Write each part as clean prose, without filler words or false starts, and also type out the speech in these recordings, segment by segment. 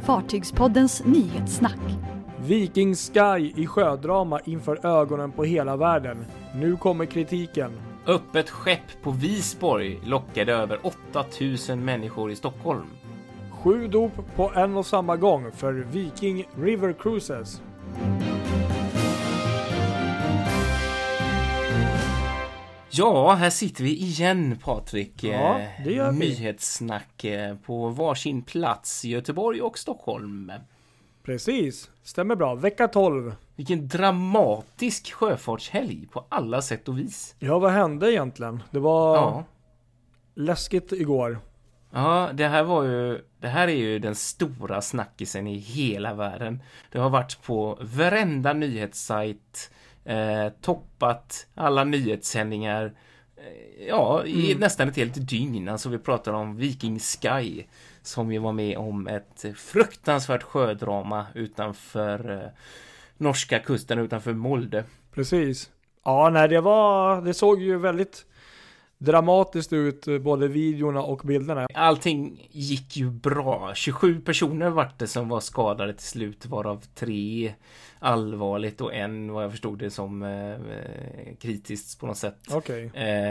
Fartygspoddens nyhetssnack. Viking Sky i sjödrama inför ögonen på hela världen. Nu kommer kritiken. Öppet skepp på Visborg lockade över 8000 människor i Stockholm. 7 dop på en och samma gång för Viking River Cruises. Ja, här sitter vi igen, Patrik. Ja, det gör vi. Nyhetssnack på varsin plats i Göteborg och Stockholm. Precis, stämmer bra. Vecka 12. Vilken dramatisk sjöfartshelg på alla sätt och vis. Ja, vad hände egentligen? Det var läskigt igår. Ja, det här är ju den stora snackisen i hela världen. Det har varit på varenda nyhetssajt, toppat alla nyhetssändningar i nästan ett helt dygn. Alltså vi pratar om Viking Sky som ju var med om ett fruktansvärt sjödrama utanför norska kusten, utanför Molde. Precis. Ja, nej, det såg ju väldigt dramatiskt ut, både videorna och bilderna. Allting gick ju bra. 27 personer var det som var skadade till slut, varav 3 allvarligt och en, vad jag förstod det som, kritiskt på något sätt. Okej.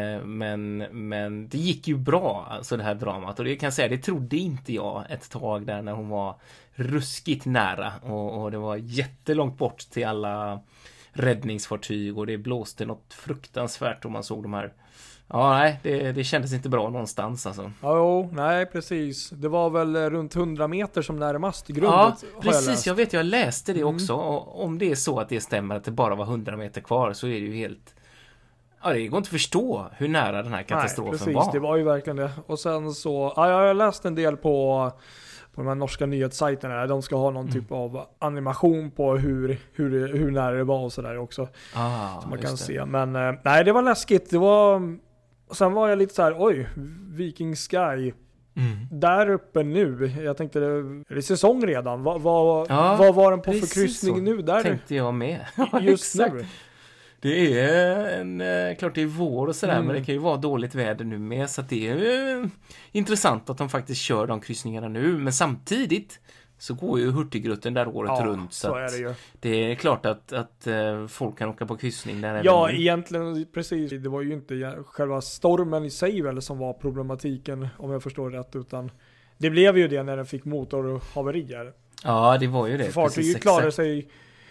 Men det gick ju bra, alltså det här dramat. Och det kan jag säga, det trodde inte jag ett tag där när hon var ruskigt nära. Och det var jättelångt bort till alla räddningsfartyg och det blåste något fruktansvärt och man såg de här. Ja, nej, det kändes inte bra någonstans alltså. Ja, nej, precis. Det var väl runt 100 meter som närmast grundet. Ja, precis. Jag läste det också. Och om det är så att det stämmer att det bara var 100 meter kvar så är det ju helt... Ja, det går inte att förstå hur nära den här katastrofen var. Nej, precis. Det var ju verkligen det. Och sen så... Ja, jag har läst en del på de här norska nyhetssajterna. De ska ha någon typ av animation på hur nära det var och sådär också. Som man kan se. Men nej, det var läskigt. Det var... Sen var jag lite så här, oj, Viking Sky där uppe nu. Jag tänkte, är det säsong redan? Vad var den på för kryssning nu? Där tänkte jag med. Just nu. Det är klart det är vår och sådär, men det kan ju vara dåligt väder nu med, så att det är intressant att de faktiskt kör de kryssningarna nu. Men samtidigt så går ju Hurtigruten där året runt, så är det ju. Det är klart att folk kan åka på kryssning där. Ja, egentligen precis. Det var ju inte själva stormen i sig väl som var problematiken, om jag förstår rätt, utan det blev ju det när den fick motorhaverier. Ja, det var ju det. Fartyget klarade sig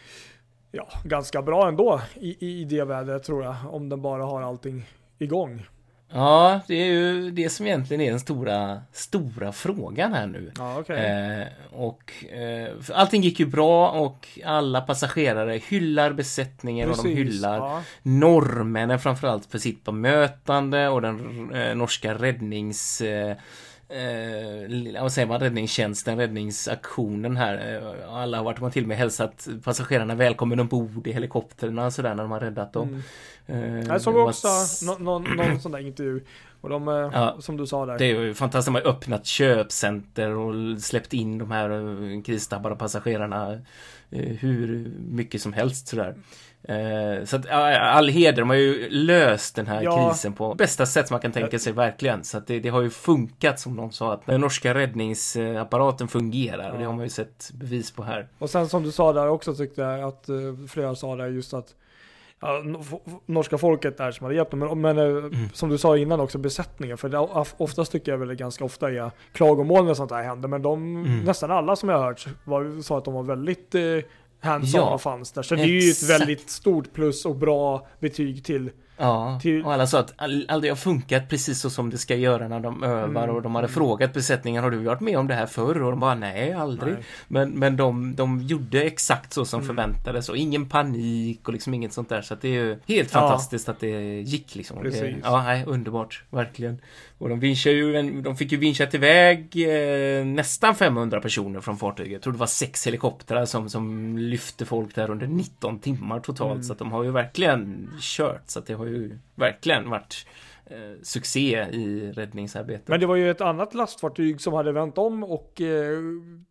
ganska bra ändå i det vädret, tror jag, om den bara har allting igång. Ja, det är ju det som egentligen är den stora frågan här nu. Ja, okay. Allting gick ju bra och alla passagerare hyllar besättningen. Precis, och de hyllar norrmännen framförallt för sitt bemötande och den norska räddningstjänsten, räddningsaktionen här. Alla har varit till och med hälsat passagerarna välkommen ombord i helikopterna och sådär när de har räddat dem. Jag såg också någon sån där intervju och som du sa där. Det är ju fantastiskt, de har öppnat köpcenter och släppt in de här krisstabbade passagerarna hur mycket som helst sådär. Så att all heder, de har ju löst den här krisen på bästa sätt som man kan tänka sig verkligen. Så att det har ju funkat, som de sa, att den norska räddningsapparaten fungerar och det har man ju sett bevis på här. Och sen som du sa där också, tyckte jag att flera sa där just att norska folket där som hade hjälpt dem, men som du sa innan också, besättningen, för det oftast tycker jag väl ganska ofta är klagomål när sånt här händer, men nästan alla som jag har hört sa att de var väldigt hands-on fanns där, så det är ju ett väldigt stort plus och bra betyg till. Ja, och alla sa att aldrig har funkat precis så som det ska göra när de övar, och de hade frågat besättningen, har du varit med om det här förr? Och de bara, nej, aldrig. Nej. Men de gjorde exakt så som förväntades, och ingen panik och liksom inget sånt där, så att det är ju helt fantastiskt att det gick liksom. Underbart, verkligen. Och de fick ju vinschat iväg nästan 500 personer från fartyget. Jag tror det var 6 helikoptrar som lyfte folk där under 19 timmar totalt, så att de har ju verkligen kört, så att det har ju verkligen varit succé i räddningsarbetet. Men det var ju ett annat lastfartyg som hade vänt om och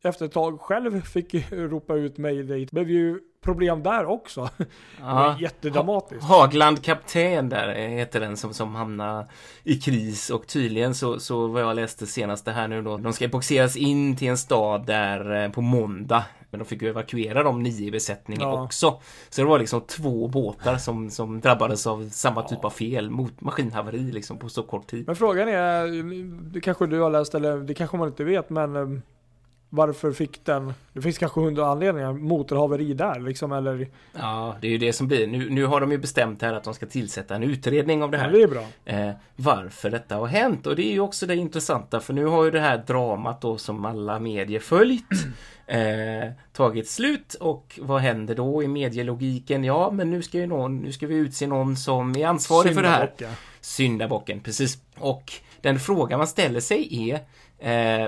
efter ett tag själv fick ropa ut Mayday. Det blev ju problem där också. Det var jättedramatiskt. Hagland kapten där heter den som hamnar i kris, och tydligen så vad jag läste senast det här nu då, de ska boxeras in till en stad där på måndag, men de fick ju evakuera de 9 i besättningen också. Så det var liksom 2 båtar som drabbades av samma typ av fel, mot maskinhaveri liksom på så kort tid. Men frågan är, det kanske du har läst eller det kanske man inte vet, men varför fick den? Det finns kanske 100 anledningar. Motorhaveri där liksom, eller? Ja, det är ju det som blir. Nu har de ju bestämt här att de ska tillsätta en utredning av det här. Ja, det är bra. Varför detta har hänt. Och det är ju också det intressanta, för nu har ju det här dramat då som alla medier följt tagit slut. Och vad händer då i medielogiken? Ja, men nu ska vi utse någon som är ansvarig för det här. Syndabocken, precis. Och den fråga man ställer sig är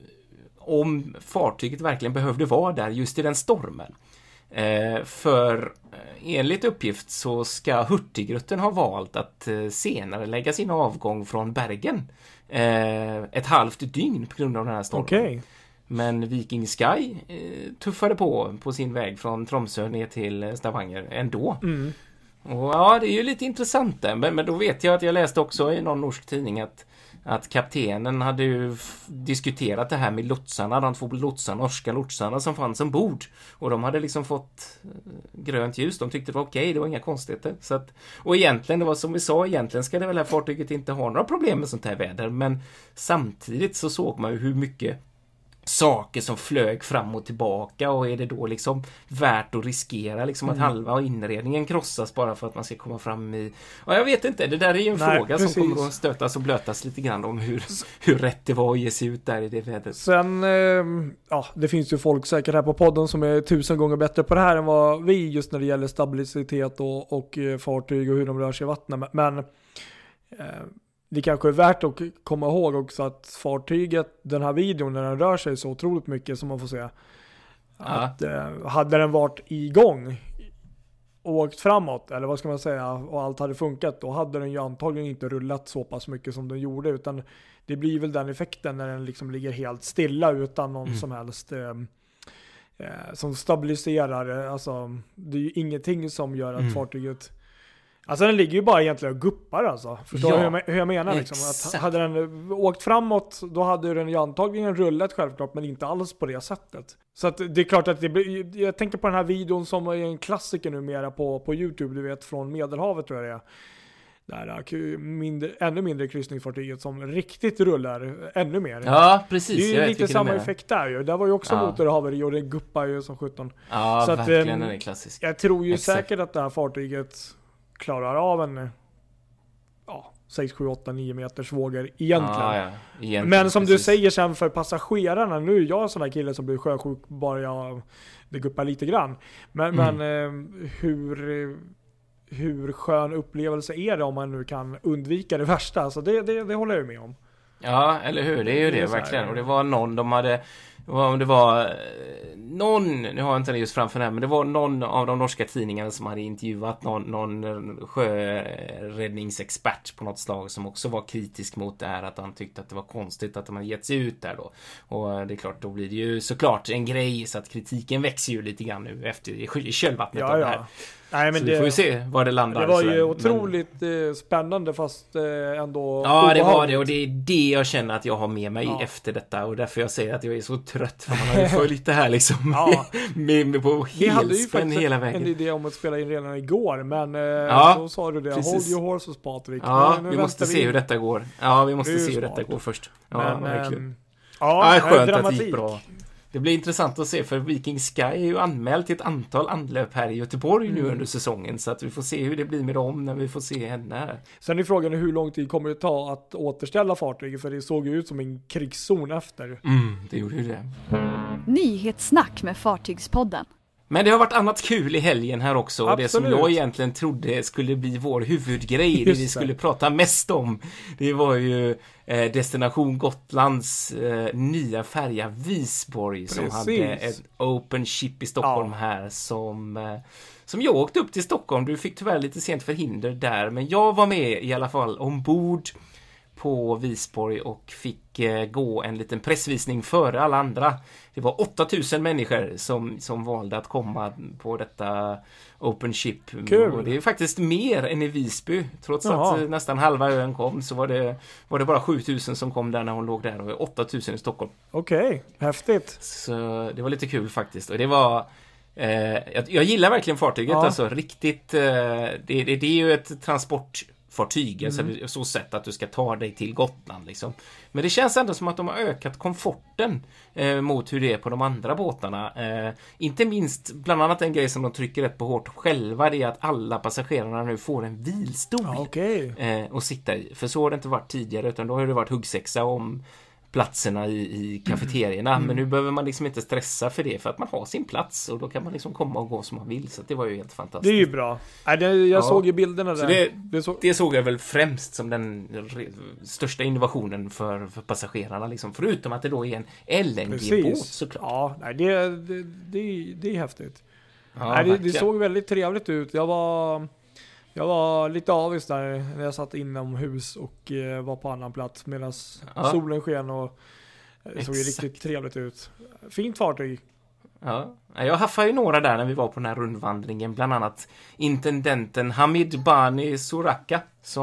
om fartyget verkligen behövde vara där just i den stormen. För enligt uppgift så ska Hurtigruten ha valt att senare lägga sin avgång från Bergen ett halvt dygn på grund av den här stormen. Okay. Men Viking Sky tuffade på sin väg från Tromsø ner till Stavanger ändå. Mm. Och ja, det är ju lite intressant där. Men då vet jag att jag läste också i någon norsk tidning att kaptenen hade ju diskuterat det här med lotsarna, de 2 norska lotsarna som fanns ombord. Och de hade liksom fått grönt ljus. De tyckte det var okej, det var inga konstigheter. Så att, och egentligen, det var som vi sa, egentligen ska det väl här fartyget inte ha några problem med sånt här väder. Men samtidigt så såg man ju hur mycket saker som flög fram och tillbaka, och är det då liksom värt att riskera liksom att halva inredningen krossas bara för att man ska komma fram i... Ja, jag vet inte, det där är ju en fråga precis. Som kommer att stötas och blötas lite grann om hur rätt det var att ge sig ut där i det vädret. Sen, det finns ju folk säkert här på podden som är 1000 gånger bättre på det här än vad vi just när det gäller stabilitet och fartyg och hur de rör sig i vattnet, men det kanske är värt att komma ihåg också att fartyget, den här videon, när den rör sig så otroligt mycket som man får se, att hade den varit igång och åkt framåt, eller vad ska man säga, och allt hade funkat, då hade den ju antagligen inte rullat så pass mycket som den gjorde, utan det blir väl den effekten när den liksom ligger helt stilla utan någon som helst som stabiliserar. Alltså, det är ju ingenting som gör att fartyget... Alltså den ligger ju bara egentligen och guppar alltså. Förstår du hur jag menar liksom? Att hade den åkt framåt, då hade den ju antagligen rullat självklart, men inte alls på det sättet. Så att det är klart att jag tänker på den här videon som är en klassiker numera på YouTube, du vet, från Medelhavet tror jag det är. Där ännu mindre kryssningsfartyget som riktigt rullar ännu mer. Ja, precis. Det är ju lite samma effekt där ju. Där var ju också motorhaveri och det guppar ju som 17. Ja, så verkligen, den är klassisk. Jag tror ju säkert att det här fartyget klarar av en 6, 7, 8, 9 meters vågor egentligen. Men som du säger sen för passagerarna, nu är jag en sån där kille som blir sjösjuk bara det guppar lite grann. Men hur skön upplevelse är det om man nu kan undvika det värsta? Alltså det håller jag med om. Ja, eller hur? Det är ju det verkligen. Och det var någon nu har jag inte det just framför här, men det var någon av de norska tidningarna som hade intervjuat någon sjöräddningsexpert på något slag som också var kritisk mot det här, att han tyckte att det var konstigt att de hade gett sig ut där då. Och det är klart, då blir det ju såklart en grej, så att kritiken växer ju lite grann nu efter i kölvattnet av det här. Nej, men så vi får ju se var det landar. Det var ju otroligt spännande, fast ändå ja, det var det, och det är det jag känner att jag har med mig efter detta, och därför jag säger att jag är så trött, för man har ju följt det här liksom med på helspänn hela vägen. En idé om att spela in redan igår, men då sa du det. Precis. Hold your horses, Patrik. Ja, vi måste se hur detta går. Ja, vi måste se hur detta går först. Ja, verkligen. Skönt att det gick bra. Det blir intressant att se, för Viking Sky är ju anmält till ett antal anlöp här i Göteborg nu under säsongen, så att vi får se hur det blir med dem när vi får se henne här. Sen är frågan hur lång tid kommer det ta att återställa fartyget, för det såg ju ut som en krigszon efter. Det gjorde ju det. Nyhetssnack med Fartygspodden. Men det har varit annat kul i helgen här också. Absolut. Det som jag egentligen trodde skulle bli vår huvudgrej, det vi skulle prata mest om, det var ju Destination Gotlands nya färja Visborg. Precis. Som hade ett open ship i Stockholm här som jag åkte upp till Stockholm. Du fick tyvärr lite sent förhinder där, men jag var med i alla fall ombord på Visborg och fick gå en liten pressvisning före alla andra. Det var 8000 människor som valde att komma på detta Open Ship. Kul. Och det är faktiskt mer än i Visby. Trots att nästan halva ön kom så var det bara 7000 som kom där när hon låg där och 8000 i Stockholm. Okej, häftigt. Så det var lite kul faktiskt. Och det var... jag gillar verkligen fartyget. Alltså riktigt... det är ju ett transportfartyg. Alltså så sätt att du ska ta dig till Gotland liksom. Men det känns ändå som att de har ökat komforten mot hur det är på de andra båtarna. Inte minst, bland annat en grej som de trycker rätt på hårt själva, det är att alla passagerarna nu får en vilstol att sitta i. För så har det inte varit tidigare, utan då har det varit huggsexa om platserna i kafeterierna. Men nu behöver man liksom inte stressa för det, för att man har sin plats och då kan man liksom komma och gå som man vill. Så det var ju helt fantastiskt. Det är ju bra. Jag såg ju bilderna där. Det såg jag väl främst som den största innovationen för passagerarna liksom. Förutom att det då är en LNG-båt såklart. Ja, nej, det är häftigt. Ja, nej, det såg väldigt trevligt ut. Jag var lite avis där när jag satt inomhus och var på annan plats medan solen sken och det såg ju riktigt trevligt ut. Fint fartyg. Ja, jag haffade ju några där när vi var på den här rundvandringen. Bland annat intendenten Hamid Bani Suraka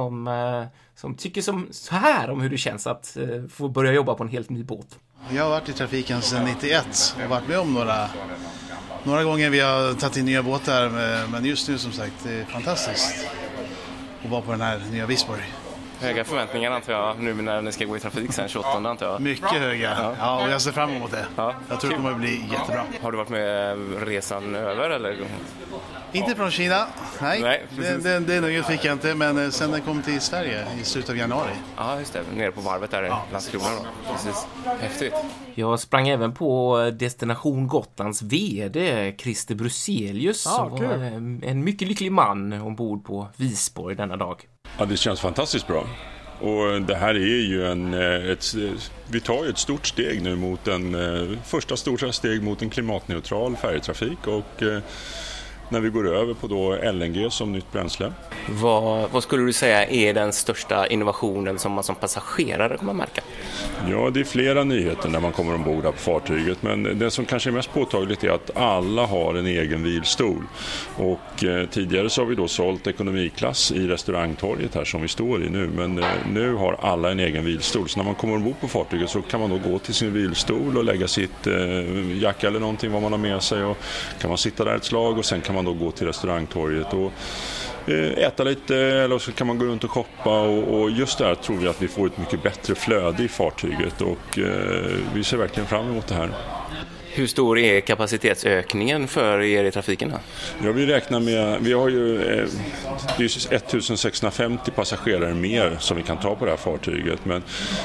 som tycker så här om hur det känns att få börja jobba på en helt ny båt. Jag har varit i trafiken sedan 91 och varit med om några gånger vi har tagit in nya båtar, men just nu som sagt det är fantastiskt att vara på den här nya Visborg. Höga förväntningar antar jag nu när ni ska gå i trafik sen 28 antar jag. Mycket höga, ja, och jag ser fram emot det. Ja. Jag tror det kommer att bli jättebra. Har du varit med resan över eller? Inte från Kina, nej det nöjet fick jag inte, men sen den kom till Sverige i slutet av januari. Ja, just det, nere på varvet där i Landskrona då. Precis, häftigt. Jag sprang även på Destination Gotlands vd Christer Bruselius som var en mycket lycklig man ombord på Visborg denna dag. Ja, det känns fantastiskt bra. Och det här är ju vi tar ju ett stort steg nu mot första stora steg mot en klimatneutral färjetrafik och när vi går över på då LNG som nytt bränsle. Vad skulle du säga är den största innovationen som man som passagerare kommer att märka? Ja, det är flera nyheter när man kommer ombord på fartyget, men det som kanske är mest påtagligt är att alla har en egen vilstol. Och tidigare så har vi då sålt ekonomiklass i restaurangtorget här som vi står i nu, men nu har alla en egen vilstol. Så när man kommer ombord på fartyget så kan man då gå till sin vilstol och lägga sitt jacka eller någonting vad man har med sig och kan man sitta där ett slag och sen kan man då gå till restaurangtorget och äta lite eller så kan man gå runt och shoppa och just där tror vi att vi får ett mycket bättre flöde i fartyget och vi ser verkligen fram emot det här. Hur stor är kapacitetsökningen för er i trafiken? Ja, vi räknar med, vi har ju det är 1650 passagerare mer som vi kan ta på det här fartyget, men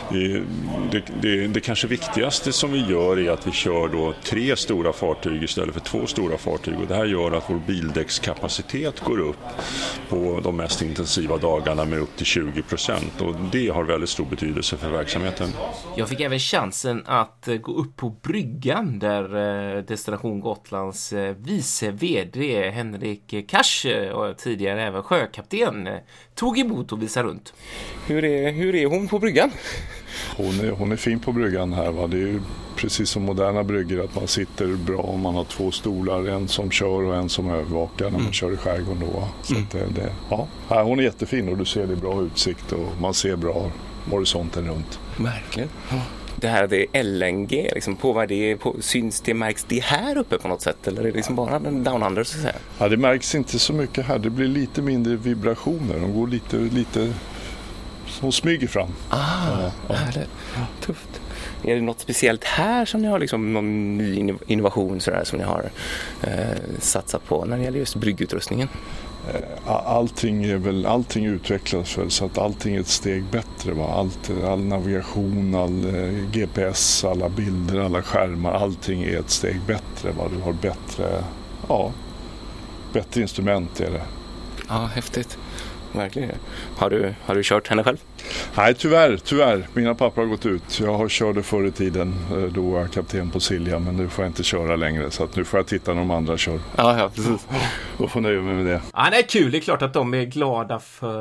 det kanske viktigaste som vi gör är att vi kör då 3 stora fartyg istället för 2 stora fartyg och det här gör att vår bildäckskapacitet går upp på de mest intensiva dagarna med upp till 20% och det har väldigt stor betydelse för verksamheten. Jag fick även chansen att gå upp på bryggan där Destination Gotlands vice vd Henrik Kars och tidigare även sjökapten tog emot och visade runt. Hur är hon på bryggan? Hon är fin på bryggan här, va? Det är ju precis som moderna brygger att man sitter bra om man har 2 stolar, en som kör och en som övervakar när man kör i skärgården då. Så att hon är jättefin och du ser det bra utsikt och man ser bra horisonten runt. Verkligen. Det här är LNG, liksom, syns det, märks det här uppe på något sätt eller är det liksom bara en down under så att säga? Ja, det märks inte så mycket här, det blir lite mindre vibrationer, de går lite som smyger fram. Härligt. Tufft. Är det något speciellt här som ni har liksom någon ny innovation sådär, som ni har satsat på när det gäller just bryggutrustningen? Allting utvecklas väl så att allting är ett steg bättre. Va? All navigation, all GPS, alla bilder, alla skärmar, allting är ett steg bättre. Va? Du har bättre instrument är det. Ja, häftigt. verkligen. Har du kört henne själv? Nej, tyvärr. Mina papper har gått ut. Jag körde förr i tiden, då var jag kapten på Silja, men nu får jag inte köra längre. Så att nu får jag titta när de andra kör. Ja, precis. Och få nöja mig med det. Ja, det är kul. Det är klart att de är glada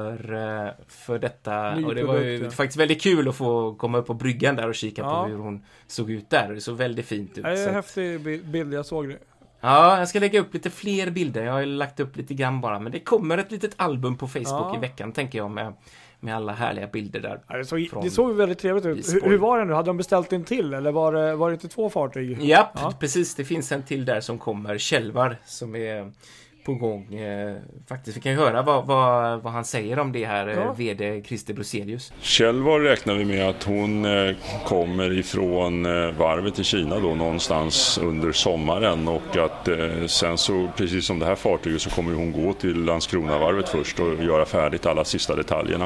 för detta. Ny och det var ju produkt, faktiskt väldigt kul att få komma upp på bryggan där och kika på hur hon såg ut där. Det såg väldigt fint ut. Det är en häftig bild, jag såg det. Ja, jag ska lägga upp lite fler bilder. Jag har lagt upp lite grann bara. Men det kommer ett litet album på Facebook i veckan, tänker jag, med alla härliga bilder där. Ja, det såg väldigt trevligt ut. Hur var det nu? Hade de beställt en till? Eller var det inte 2 fartyg? Japp, precis. Det finns en till där som kommer. Kjellvar, som är på gång. Faktiskt, vi kan ju höra vad han säger om det här, vd Christer Bruselius. Kjellvar räknar vi med att hon kommer ifrån varvet i Kina då någonstans under sommaren, och att sen så, precis som det här fartyget, så kommer hon gå till Landskrona-varvet först och göra färdigt alla sista detaljerna.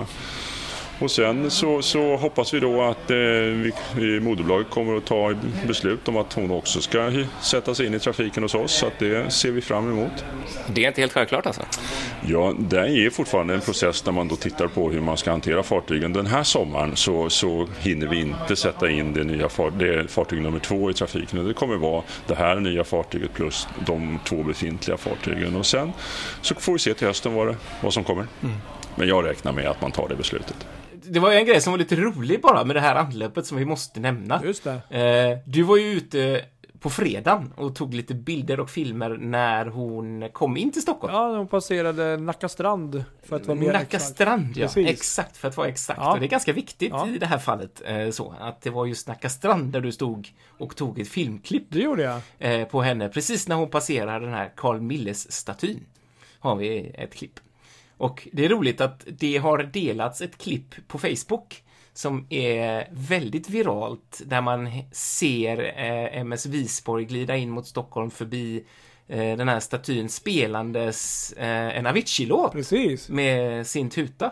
Och sen så hoppas vi då att vi i moderbolaget kommer att ta beslut om att hon också ska sätta sig in i trafiken hos oss, så att det ser vi fram emot. Det är inte helt självklart alltså? Ja, det är fortfarande en process där man då tittar på hur man ska hantera fartygen. Den här sommaren så hinner vi inte sätta in det fartyg nummer 2 i trafiken. Det kommer vara det här nya fartyget plus de 2 befintliga fartygen. Och sen så får vi se till hösten vad som kommer. Men jag räknar med att man tar det beslutet. Det var ju en grej som var lite rolig bara med det här anlöpet som vi måste nämna. Just det. Du var ju ute på fredagen och tog lite bilder och filmer när hon kom in till Stockholm. Ja, hon passerade Nacka strand för att vara mer Nacka strand, ja. Precis. Exakt, för att vara exakt. Ja. Och det är ganska viktigt i det här fallet, så att det var just Nacka strand där du stod och tog ett filmklipp. Det gjorde jag. På henne, precis när hon passerar den här Carl Milles-statyn. Har vi ett klipp. Och det är roligt att det har delats ett klipp på Facebook som är väldigt viralt, där man ser MS Visborg glida in mot Stockholm förbi den här statyn spelandes en Avicii-låt. Precis. Med sin tuta.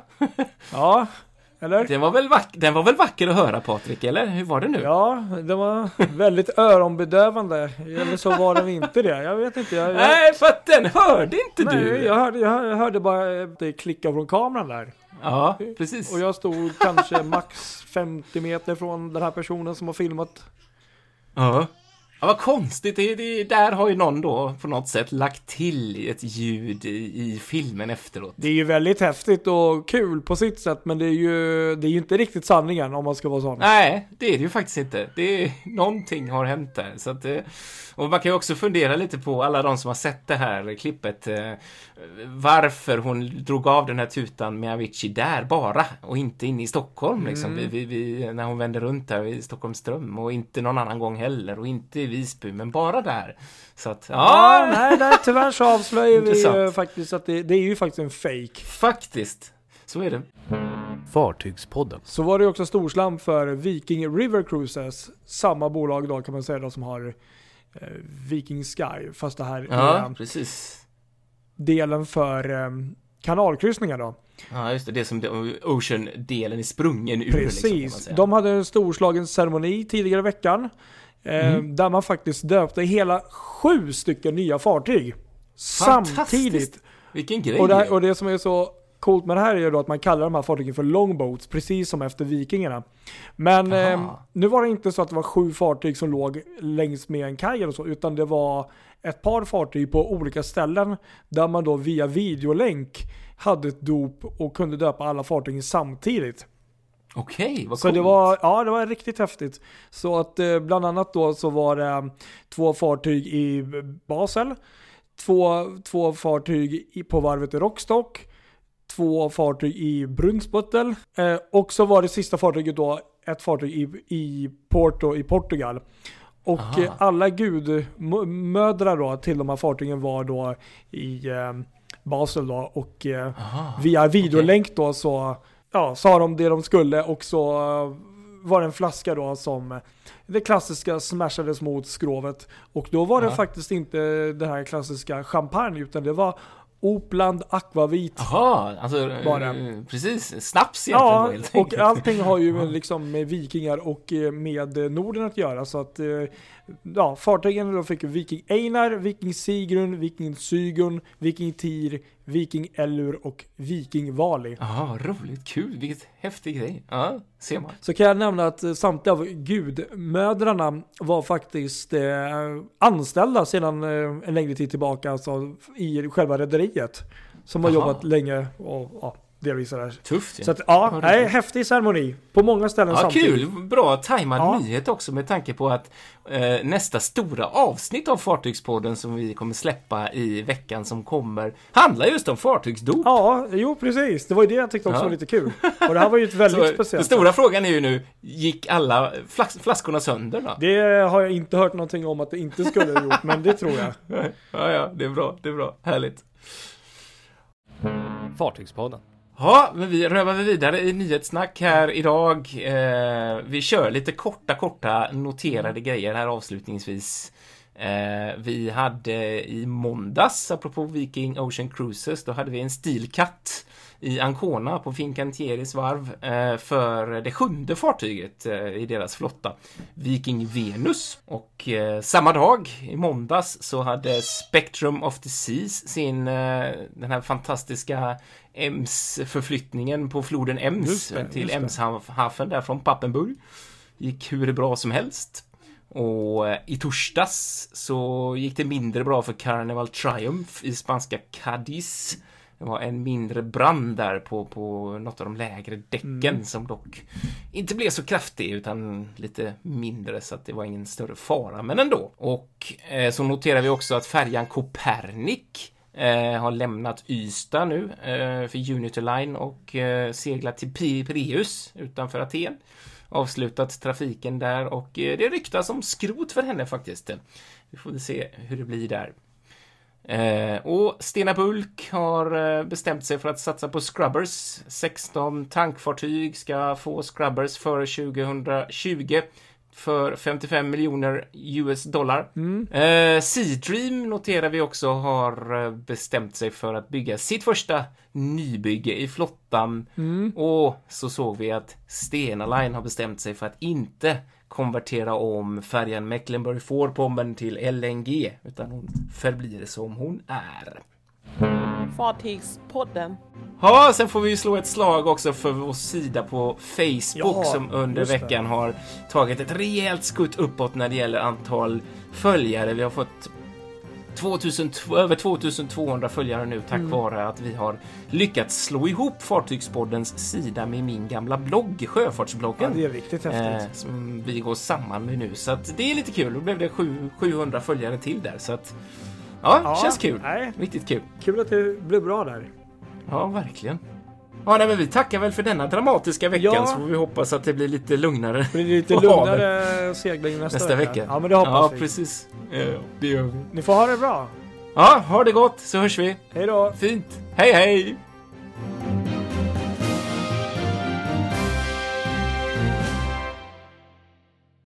Ja, eller? Den var väl vacker att höra, Patrik, eller? Hur var det nu? Ja, det var väldigt öronbedövande. Eller så var den inte det. Jag vet inte. Nej, för att den hörde inte du. Nej, jag hörde bara det klicka från kameran där. Ja, precis. Och jag stod kanske max 50 meter från den här personen som har filmat. Ja. Ja, vad konstigt. Där har ju någon då på något sätt lagt till ett ljud i filmen efteråt. Det är ju väldigt häftigt och kul på sitt sätt, men det är ju inte riktigt sanningen om man ska vara sån. Nej, det är det ju faktiskt inte. Någonting har hänt där. Så att, och man kan ju också fundera lite på alla de som har sett det här klippet. Varför hon drog av den här tutan med Avicii där bara och inte inne i Stockholm liksom, när hon vände runt där i Stockholms ström, och inte någon annan gång heller, och inte i Visby, men bara där. Så att, nej, tyvärr så avslöjar vi faktiskt att det är ju faktiskt en fake. Faktiskt, så är det. Fartygspodden. Så var det också storslam för Viking River Cruises, samma bolag då kan man säga då, som har Viking Sky, fast det här är precis. delen för kanalkryssningar då. Ja, just det som Ocean-delen är sprungen ur. Precis, liksom, de hade en storslagen ceremoni tidigare i veckan där man faktiskt döpte hela 7 stycken nya fartyg samtidigt. Vilken grej. Och det som är så coolt med det här är då att man kallar de här fartygen för longboats, precis som efter vikingarna. Men nu var det inte så att det var 7 fartyg som låg längs med en kaj eller så, utan det var ett par fartyg på olika ställen där man då via videolänk hade ett dop och kunde döpa alla fartygen samtidigt. Okej, vad så coolt. Det var riktigt häftigt. Så att bland annat då så var det 2 fartyg i Basel, 2 fartyg på varvet i Rockstock, 2 fartyg i Brunnsbüttel, och så var det sista fartyget då ett fartyg i Porto i Portugal. Och alla gudmödrar då till de här fartygen var då i Basel då, och via videolänk då så sa de det de skulle, och så var det en flaska då som det klassiska smashades mot skrovet, och då var det faktiskt inte det här klassiska champagne, utan det var Opland Aquavit. Jaha, alltså precis, snaps egentligen. Ja, och allting har ju liksom med vikingar och med Norden att göra, så att fartygen då fick Viking Einar, Viking Sigrun, Viking Sygun, Viking Tyr, Viking Ellur och Viking Vali. Ja, roligt, kul, vilket häftig grej. Ja, ser man. Så kan jag nämna att samtliga av gudmödrarna var faktiskt anställda sedan en längre tid tillbaka, alltså i själva rederiet, som har jobbat länge och delvis sådär. Tufft. Så att häftig ceremoni på många ställen samtidigt. Kul, bra tajmad nyhet också med tanke på att nästa stora avsnitt av Fartygspodden som vi kommer släppa i veckan som kommer handlar just om fartygsdop. Ja, jo precis. Det var ju det jag tyckte också var lite kul. Och det här var ju ett väldigt speciellt. Den stora frågan är ju nu, gick alla flaskorna sönder då? Det har jag inte hört någonting om att det inte skulle ha gjort, men det tror jag. Ja, det är bra. Härligt. Fartygspodden. Ja, men vi rövar vidare i nyhetssnack här idag. Vi kör lite korta noterade grejer här avslutningsvis. Vi hade i måndags, apropå Viking Ocean Cruises, då hade vi en stilkatt i Ancona på Fincantieris varv för det 7:e fartyget i deras flotta, Viking Venus. Och samma dag, i måndags, så hade Spectrum of the Seas sin den här fantastiska Ems-förflyttningen på floden Ems till Emshafen där från Papenburg. Gick hur bra som helst. Och i torsdags så gick det mindre bra för Carnival Triumph i spanska Cadiz. Det var en mindre brand där på något av de lägre däcken som dock inte blev så kraftig utan lite mindre, så att det var ingen större fara, men ändå. Och så noterar vi också att färjan Copernic har lämnat Ystad nu för Unity Line och seglat till Pireus utanför Aten. Avslutat trafiken där och det ryktas om skrot för henne faktiskt. Vi får se hur det blir där. Och Stena Bulk har bestämt sig för att satsa på scrubbers. 16 tankfartyg ska få scrubbers för 2020 för 55 miljoner US-dollar. Seadream noterar vi också har bestämt sig för att bygga sitt första nybygge i flottan. Och så såg vi att Stena Line har bestämt sig för att inte konvertera om färjan Mecklenburg-Vorpommern till LNG, utan hon förblir som hon är. Fartygspodden. Ja, sen får vi ju slå ett slag också för vår sida på Facebook som under veckan har tagit ett rejält skutt uppåt när det gäller antal följare. Vi har fått över 2200 följare nu tack vare att vi har lyckats slå ihop Fartygspoddens sida med min gamla blogg, Sjöfartsbloggen. Ja, det är riktigt häftigt. Som vi går samman med nu, så att det är lite kul. Då blev det 700 följare till där, så att ja, känns kul. Riktigt kul. Kul att det blev bra där. Ja, verkligen. Ja, nej, men vi tackar väl för denna dramatiska veckan, så får vi hoppas att det blir lite lugnare. Det blir lite lugnare segling nästa vecka. Ja, men det hoppas vi. Ja, precis. Det gör vi. Ni får ha det bra. Ja, ha det gott, så hörs vi. Hej då. Fint. Hej, hej.